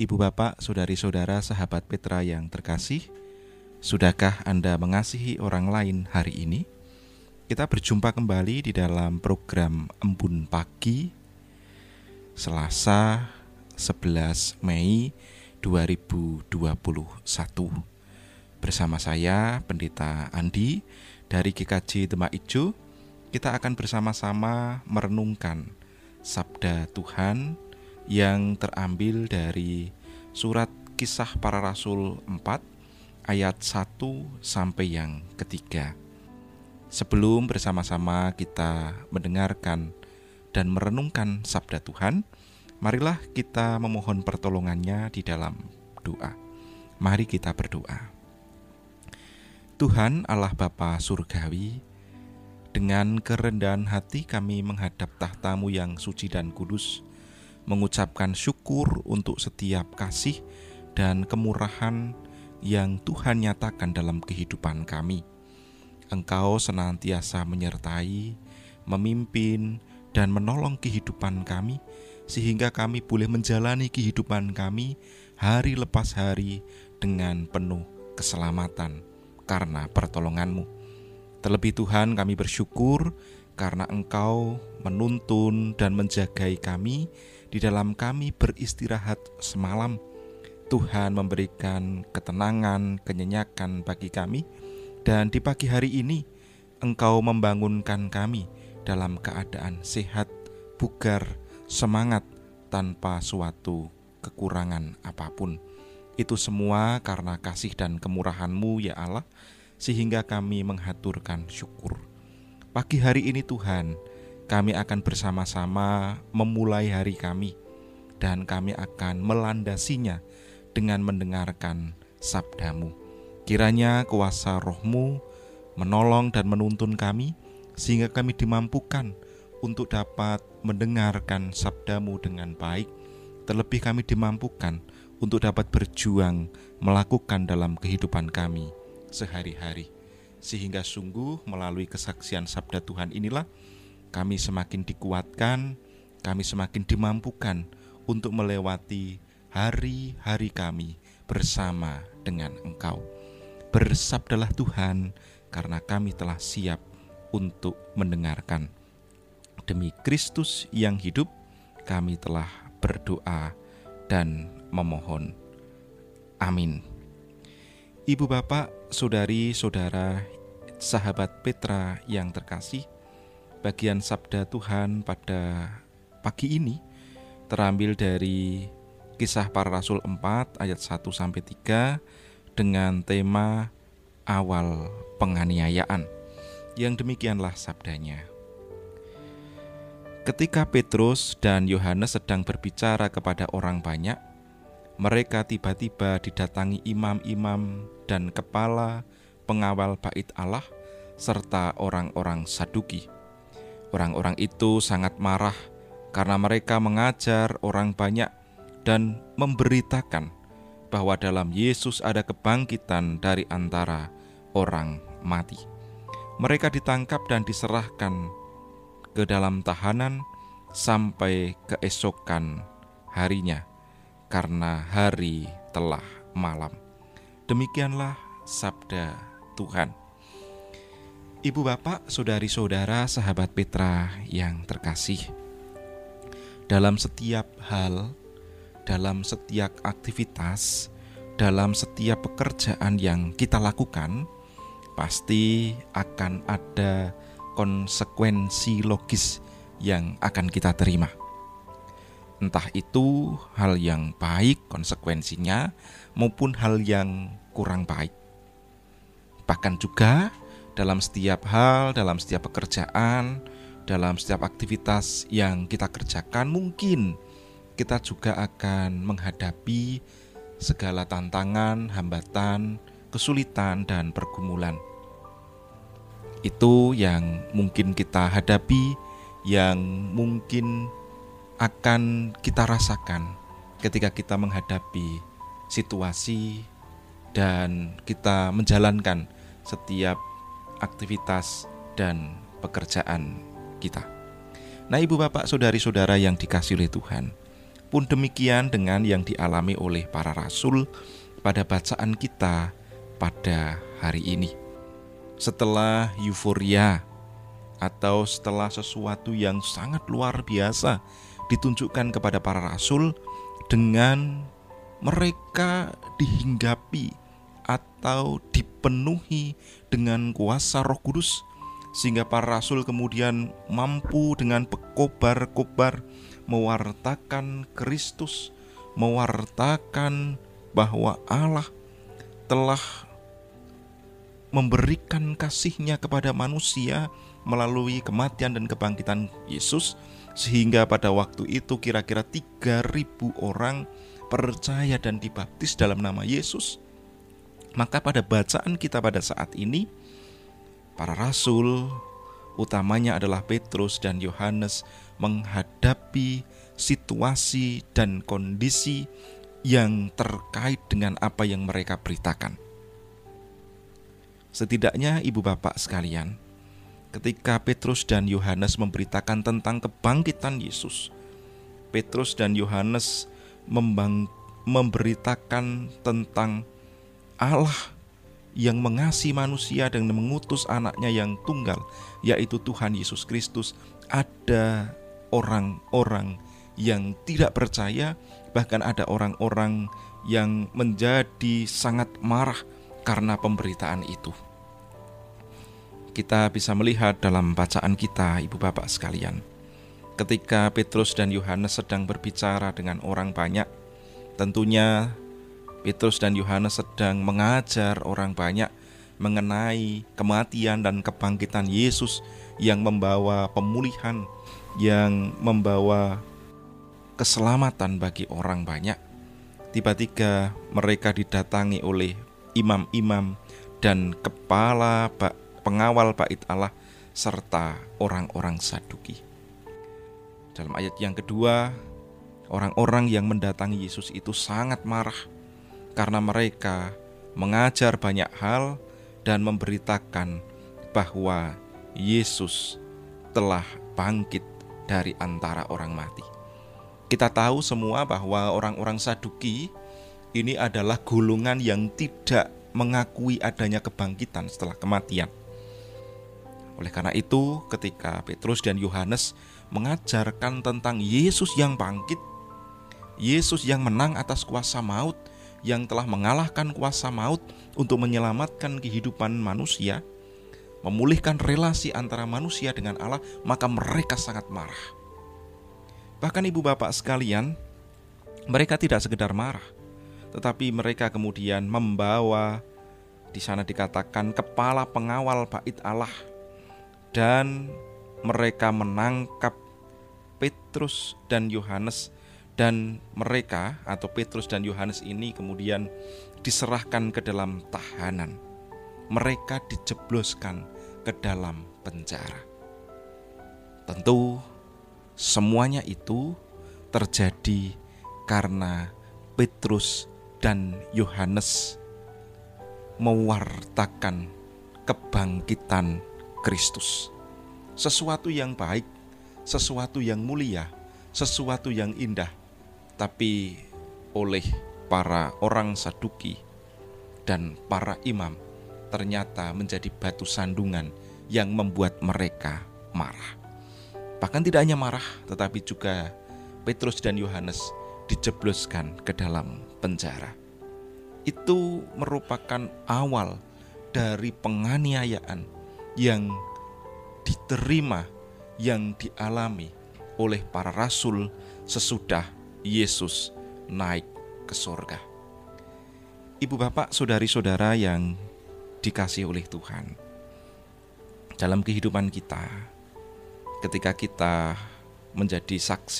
Ibu bapak, saudari-saudara, sahabat Petra yang terkasih, sudahkah Anda mengasihi orang lain hari ini? Kita berjumpa kembali di dalam program Embun Pagi, Selasa 11 Mei 2021. Bersama saya, Pendeta Andi, dari GKJ Demak Ijo. Kita akan bersama-sama merenungkan Sabda Tuhan yang terambil dari surat Kisah Para Rasul 4 ayat 1 sampai yang ketiga. Sebelum bersama-sama kita mendengarkan dan merenungkan Sabda Tuhan, marilah kita memohon pertolongannya di dalam doa. Mari kita berdoa. Tuhan Allah Bapa Surgawi, dengan kerendahan hati kami menghadap tahta-Mu yang suci dan kudus, mengucapkan syukur untuk setiap kasih dan kemurahan yang Tuhan nyatakan dalam kehidupan kami. Engkau senantiasa menyertai, memimpin, dan menolong kehidupan kami, sehingga kami boleh menjalani kehidupan kami hari lepas hari dengan penuh keselamatan karena pertolongan-Mu. Terlebih Tuhan, kami bersyukur karena Engkau menuntun dan menjagai kami di dalam kami beristirahat semalam. Tuhan memberikan ketenangan, kenyenyakan bagi kami, dan di pagi hari ini Engkau membangunkan kami dalam keadaan sehat, bugar, semangat, tanpa suatu kekurangan apapun. Itu semua karena kasih dan kemurahan-Mu ya Allah, sehingga kami menghaturkan syukur. Pagi hari ini Tuhan, kami akan bersama-sama memulai hari kami, dan kami akan melandasinya dengan mendengarkan sabda-Mu. Kiranya kuasa Roh-Mu menolong dan menuntun kami, sehingga kami dimampukan untuk dapat mendengarkan sabda-Mu dengan baik. Terlebih kami dimampukan untuk dapat berjuang melakukan dalam kehidupan kami sehari-hari. Sehingga sungguh melalui kesaksian sabda Tuhan inilah kami semakin dikuatkan, kami semakin dimampukan untuk melewati hari-hari kami bersama dengan Engkau. Bersabdalah Tuhan, karena kami telah siap untuk mendengarkan. Demi Kristus yang hidup, kami telah berdoa dan memohon. Amin. Ibu bapak, saudari-saudara, sahabat Petra yang terkasih, bagian sabda Tuhan pada pagi ini terambil dari Kisah Para Rasul 4 ayat 1-3 dengan tema awal penganiayaan. Yang demikianlah sabdanya. Ketika Petrus dan Yohanes sedang berbicara kepada orang banyak, mereka tiba-tiba didatangi imam-imam dan kepala pengawal bait Allah serta orang-orang Saduki. Orang-orang itu sangat marah karena mereka mengajar orang banyak dan memberitakan bahwa dalam Yesus ada kebangkitan dari antara orang mati. Mereka ditangkap dan diserahkan ke dalam tahanan sampai keesokan harinya, karena hari telah malam. Demikianlah sabda Tuhan. Ibu bapak, saudari-saudara, sahabat Petra yang terkasih, dalam setiap hal, dalam setiap aktivitas, dalam setiap pekerjaan yang kita lakukan, pasti akan ada konsekuensi logis yang akan kita terima. Entah itu hal yang baik konsekuensinya, maupun hal yang kurang baik. Bahkan juga dalam setiap hal, dalam setiap pekerjaan, dalam setiap aktivitas yang kita kerjakan, mungkin kita juga akan menghadapi segala tantangan, hambatan, kesulitan, dan pergumulan. Itu yang mungkin kita hadapi, yang mungkin akan kita rasakan ketika kita menghadapi situasi dan kita menjalankan setiap aktivitas dan pekerjaan kita. Nah, ibu bapak, saudari-saudara yang dikasihi oleh Tuhan, Pun demikian dengan yang dialami oleh para rasul pada bacaan kita pada hari ini. Setelah euforia atau setelah sesuatu yang sangat luar biasa ditunjukkan kepada para rasul, dengan mereka dihinggapi atau dipenuhi dengan kuasa Roh Kudus, sehingga para rasul kemudian mampu dengan berkobar-kobar mewartakan Kristus, mewartakan bahwa Allah telah memberikan kasih-Nya kepada manusia melalui kematian dan kebangkitan Yesus, sehingga pada waktu itu kira-kira 3.000 orang percaya dan dibaptis dalam nama Yesus. Maka pada bacaan kita pada saat ini, para rasul, utamanya adalah Petrus dan Yohanes, menghadapi situasi dan kondisi yang terkait dengan apa yang mereka beritakan. Setidaknya ibu bapak sekalian, ketika Petrus dan Yohanes memberitakan tentang kebangkitan Yesus, Petrus dan Yohanes memberitakan tentang Allah yang mengasihi manusia dan mengutus anaknya yang tunggal, yaitu Tuhan Yesus Kristus. Ada orang-orang yang tidak percaya, bahkan ada orang-orang yang menjadi sangat marah karena pemberitaan itu. Kita bisa melihat dalam bacaan kita, ibu bapak sekalian, ketika Petrus dan Yohanes sedang berbicara dengan orang banyak, tentunya Petrus dan Yohanes sedang mengajar orang banyak mengenai kematian dan kebangkitan Yesus yang membawa pemulihan, yang membawa keselamatan bagi orang banyak. Tiba-tiba mereka didatangi oleh imam-imam dan kepala pengawal bait Allah serta orang-orang Saduki. Dalam ayat yang kedua, orang-orang yang mendatangi Yesus itu sangat marah karena mereka mengajar banyak hal dan memberitakan bahwa Yesus telah bangkit dari antara orang mati. Kita tahu semua bahwa orang-orang Saduki ini adalah golongan yang tidak mengakui adanya kebangkitan setelah kematian. Oleh karena itu, ketika Petrus dan Yohanes mengajarkan tentang Yesus yang bangkit, Yesus yang menang atas kuasa maut, yang telah mengalahkan kuasa maut untuk menyelamatkan kehidupan manusia, memulihkan relasi antara manusia dengan Allah, maka mereka sangat marah. Bahkan ibu bapak sekalian, mereka tidak sekedar marah, tetapi mereka kemudian membawa, di sana dikatakan, kepala pengawal bait Allah, dan mereka menangkap Petrus dan Yohanes, dan mereka atau Petrus dan Yohanes ini kemudian diserahkan ke dalam tahanan. Mereka dijebloskan ke dalam penjara. Tentu semuanya itu terjadi karena Petrus dan Yohanes mewartakan kebangkitan Kristus. Sesuatu yang baik, sesuatu yang mulia, sesuatu yang indah, tapi oleh para orang Saduki dan para imam ternyata menjadi batu sandungan yang membuat mereka marah. Bahkan tidak hanya marah, tetapi juga Petrus dan Yohanes dijebloskan ke dalam penjara. Itu merupakan awal dari penganiayaan yang diterima, yang dialami oleh para rasul sesudah Yesus naik ke surga. Ibu bapak, saudari-saudara yang dikasihi oleh Tuhan, dalam kehidupan kita, ketika kita menjadi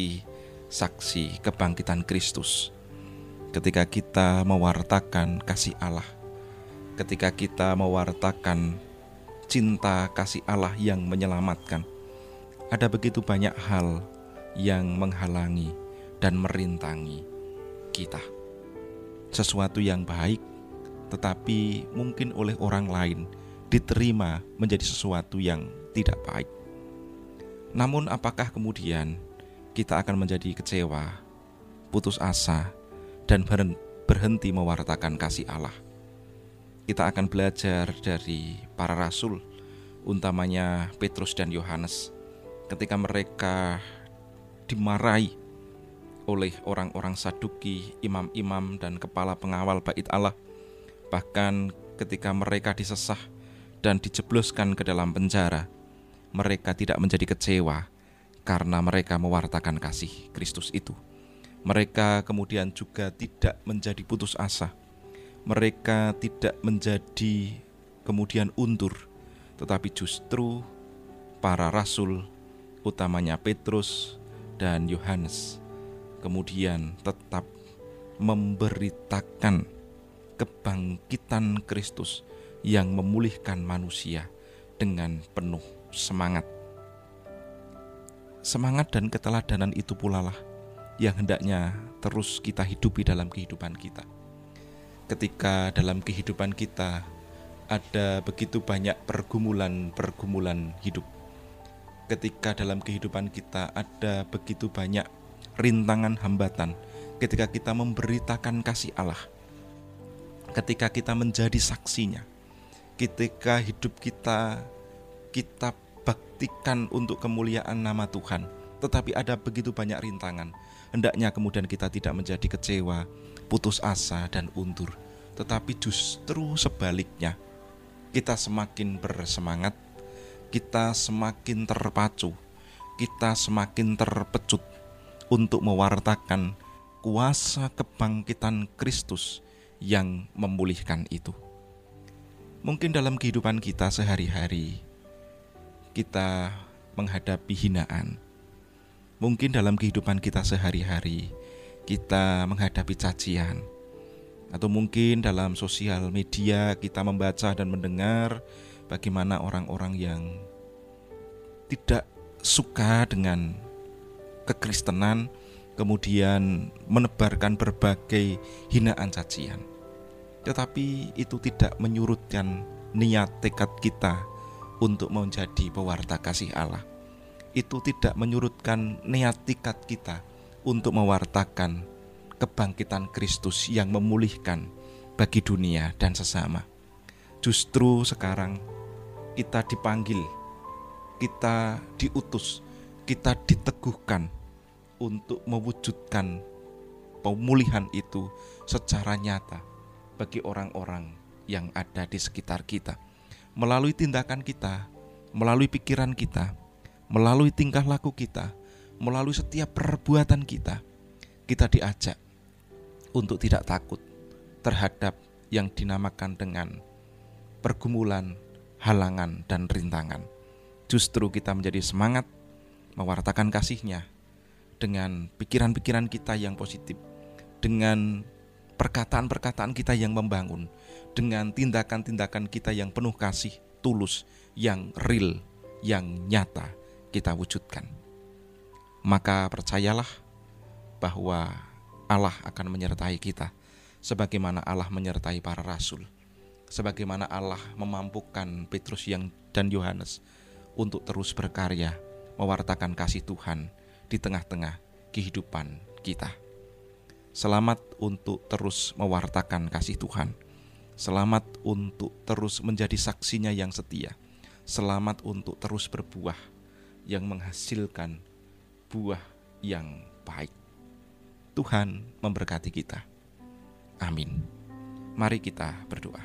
saksi kebangkitan Kristus, ketika kita mewartakan kasih Allah, ketika kita mewartakan cinta kasih Allah yang menyelamatkan, ada begitu banyak hal yang menghalangi dan merintangi kita. Sesuatu yang baik, tetapi mungkin oleh orang lain diterima menjadi sesuatu yang tidak baik. Namun apakah kemudian kita akan menjadi kecewa putus asa, dan berhenti mewartakan kasih Allah. Kita akan belajar dari para rasul, utamanya Petrus dan Yohanes, ketika mereka dimarahi oleh orang-orang Saduki, imam-imam dan kepala pengawal bait Allah. Bahkan ketika mereka disesah dan dijebloskan ke dalam penjara, mereka tidak menjadi kecewa karena mereka mewartakan kasih Kristus itu. Mereka kemudian juga tidak menjadi putus asa. Mereka tidak menjadi kemudian undur, tetapi justru para rasul, utamanya Petrus dan Yohanes, kemudian tetap memberitakan kebangkitan Kristus yang memulihkan manusia dengan penuh semangat. Semangat dan keteladanan itu pula lah yang hendaknya terus kita hidupi dalam kehidupan kita. Ketika dalam kehidupan kita ada begitu banyak pergumulan hidup, ketika dalam kehidupan kita ada begitu banyak rintangan hambatan, ketika kita memberitakan kasih Allah, ketika kita menjadi saksinya, ketika hidup kita baktikan untuk kemuliaan nama Tuhan, tetapi ada begitu banyak rintangan, hendaknya kemudian kita tidak menjadi kecewa, putus asa dan undur, tetapi justru sebaliknya, kita semakin bersemangat, kita semakin terpacu, kita semakin terpecut untuk mewartakan kuasa kebangkitan Kristus yang memulihkan itu. Mungkin dalam kehidupan kita sehari-hari kita menghadapi hinaan. Mungkin dalam kehidupan kita sehari-hari kita menghadapi cacian. Atau mungkin dalam sosial media kita membaca dan mendengar bagaimana orang-orang yang tidak suka dengan kekristenan kemudian menebarkan berbagai hinaan cacian. Tetapi itu tidak menyurutkan niat tekad kita untuk menjadi pewarta kasih Allah. Itu tidak menyurutkan niat tekad kita untuk mewartakan kebangkitan Kristus yang memulihkan bagi dunia dan sesama. Justru sekarang kita dipanggil, kita diutus, kita diteguhkan untuk mewujudkan pemulihan itu secara nyata bagi orang-orang yang ada di sekitar kita. Melalui tindakan kita, melalui pikiran kita, melalui tingkah laku kita, melalui setiap perbuatan kita, kita diajak untuk tidak takut terhadap yang dinamakan dengan pergumulan, halangan, dan rintangan. Justru kita menjadi semangat mewartakan kasih-Nya dengan pikiran-pikiran kita yang positif, dengan perkataan-perkataan kita yang membangun, dengan tindakan-tindakan kita yang penuh kasih, tulus, yang real, yang nyata kita wujudkan. Maka percayalah bahwa Allah akan menyertai kita, sebagaimana Allah menyertai para rasul, sebagaimana Allah memampukan Petrus dan Yohanes untuk terus berkarya mewartakan kasih Tuhan di tengah-tengah kehidupan kita. Selamat untuk terus mewartakan kasih Tuhan. Selamat untuk terus menjadi saksinya yang setia. Selamat untuk terus berbuah yang menghasilkan buah yang baik. Tuhan memberkati kita. Amin. Mari kita berdoa.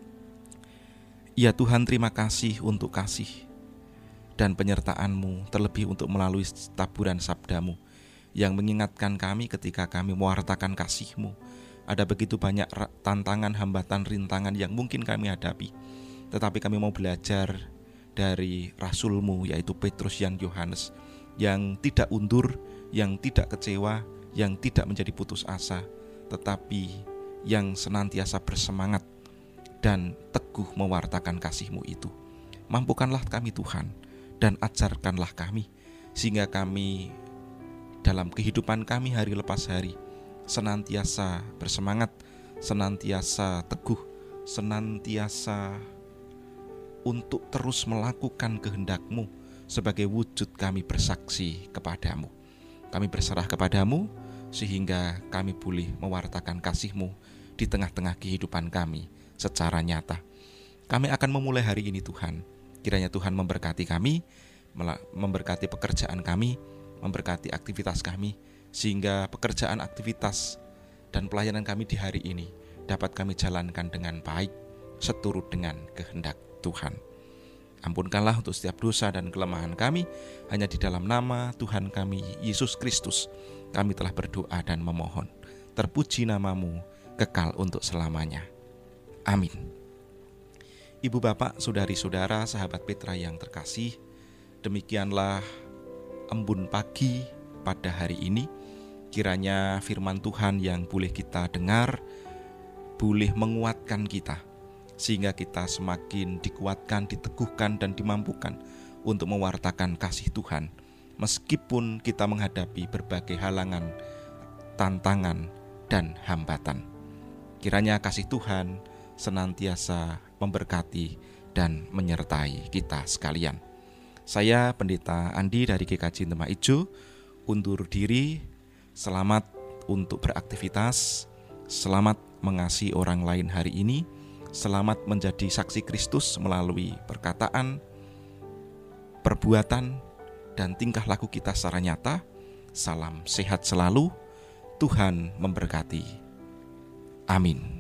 Ya Tuhan, terima kasih untuk kasih dan penyertaan-Mu, terlebih untuk melalui taburan sabda-Mu yang mengingatkan kami ketika kami mewartakan kasih-Mu. Ada begitu banyak tantangan, hambatan, rintangan yang mungkin kami hadapi, tetapi kami mau belajar dari Rasul-Mu, yaitu Petrus dan Yohanes, yang tidak undur, yang tidak kecewa, yang tidak menjadi putus asa, tetapi yang senantiasa bersemangat dan teguh mewartakan kasih-Mu itu. Mampukanlah kami Tuhan, dan ajarkanlah kami, sehingga kami dalam kehidupan kami hari lepas hari senantiasa bersemangat, senantiasa teguh, senantiasa untuk terus melakukan kehendak-Mu sebagai wujud kami bersaksi kepadamu. Kami berserah kepadamu, sehingga kami boleh mewartakan kasih-Mu di tengah-tengah kehidupan kami secara nyata. Kami akan memulai hari ini Tuhan. Kiranya Tuhan memberkati kami, memberkati pekerjaan kami, memberkati aktivitas kami, sehingga pekerjaan, aktivitas, dan pelayanan kami di hari ini dapat kami jalankan dengan baik, seturut dengan kehendak Tuhan. Ampunkanlah untuk setiap dosa dan kelemahan kami. Hanya di dalam nama Tuhan kami, Yesus Kristus, kami telah berdoa dan memohon. Terpuji nama-Mu kekal untuk selamanya. Amin. Ibu bapak, saudari-saudara, sahabat Petra yang terkasih, demikianlah embun pagi pada hari ini. Kiranya firman Tuhan yang boleh kita dengar boleh menguatkan kita, sehingga kita semakin dikuatkan, diteguhkan, dan dimampukan untuk mewartakan kasih Tuhan, meskipun kita menghadapi berbagai halangan, tantangan, dan hambatan. Kiranya kasih Tuhan senantiasa memberkati dan menyertai kita sekalian. Saya Pendeta Andi dari GKJ Tema Ijo undur diri. Selamat untuk beraktivitas, selamat mengasihi orang lain hari ini, selamat menjadi saksi Kristus melalui perkataan, perbuatan, dan tingkah laku kita secara nyata. Salam sehat selalu, Tuhan memberkati. Amin.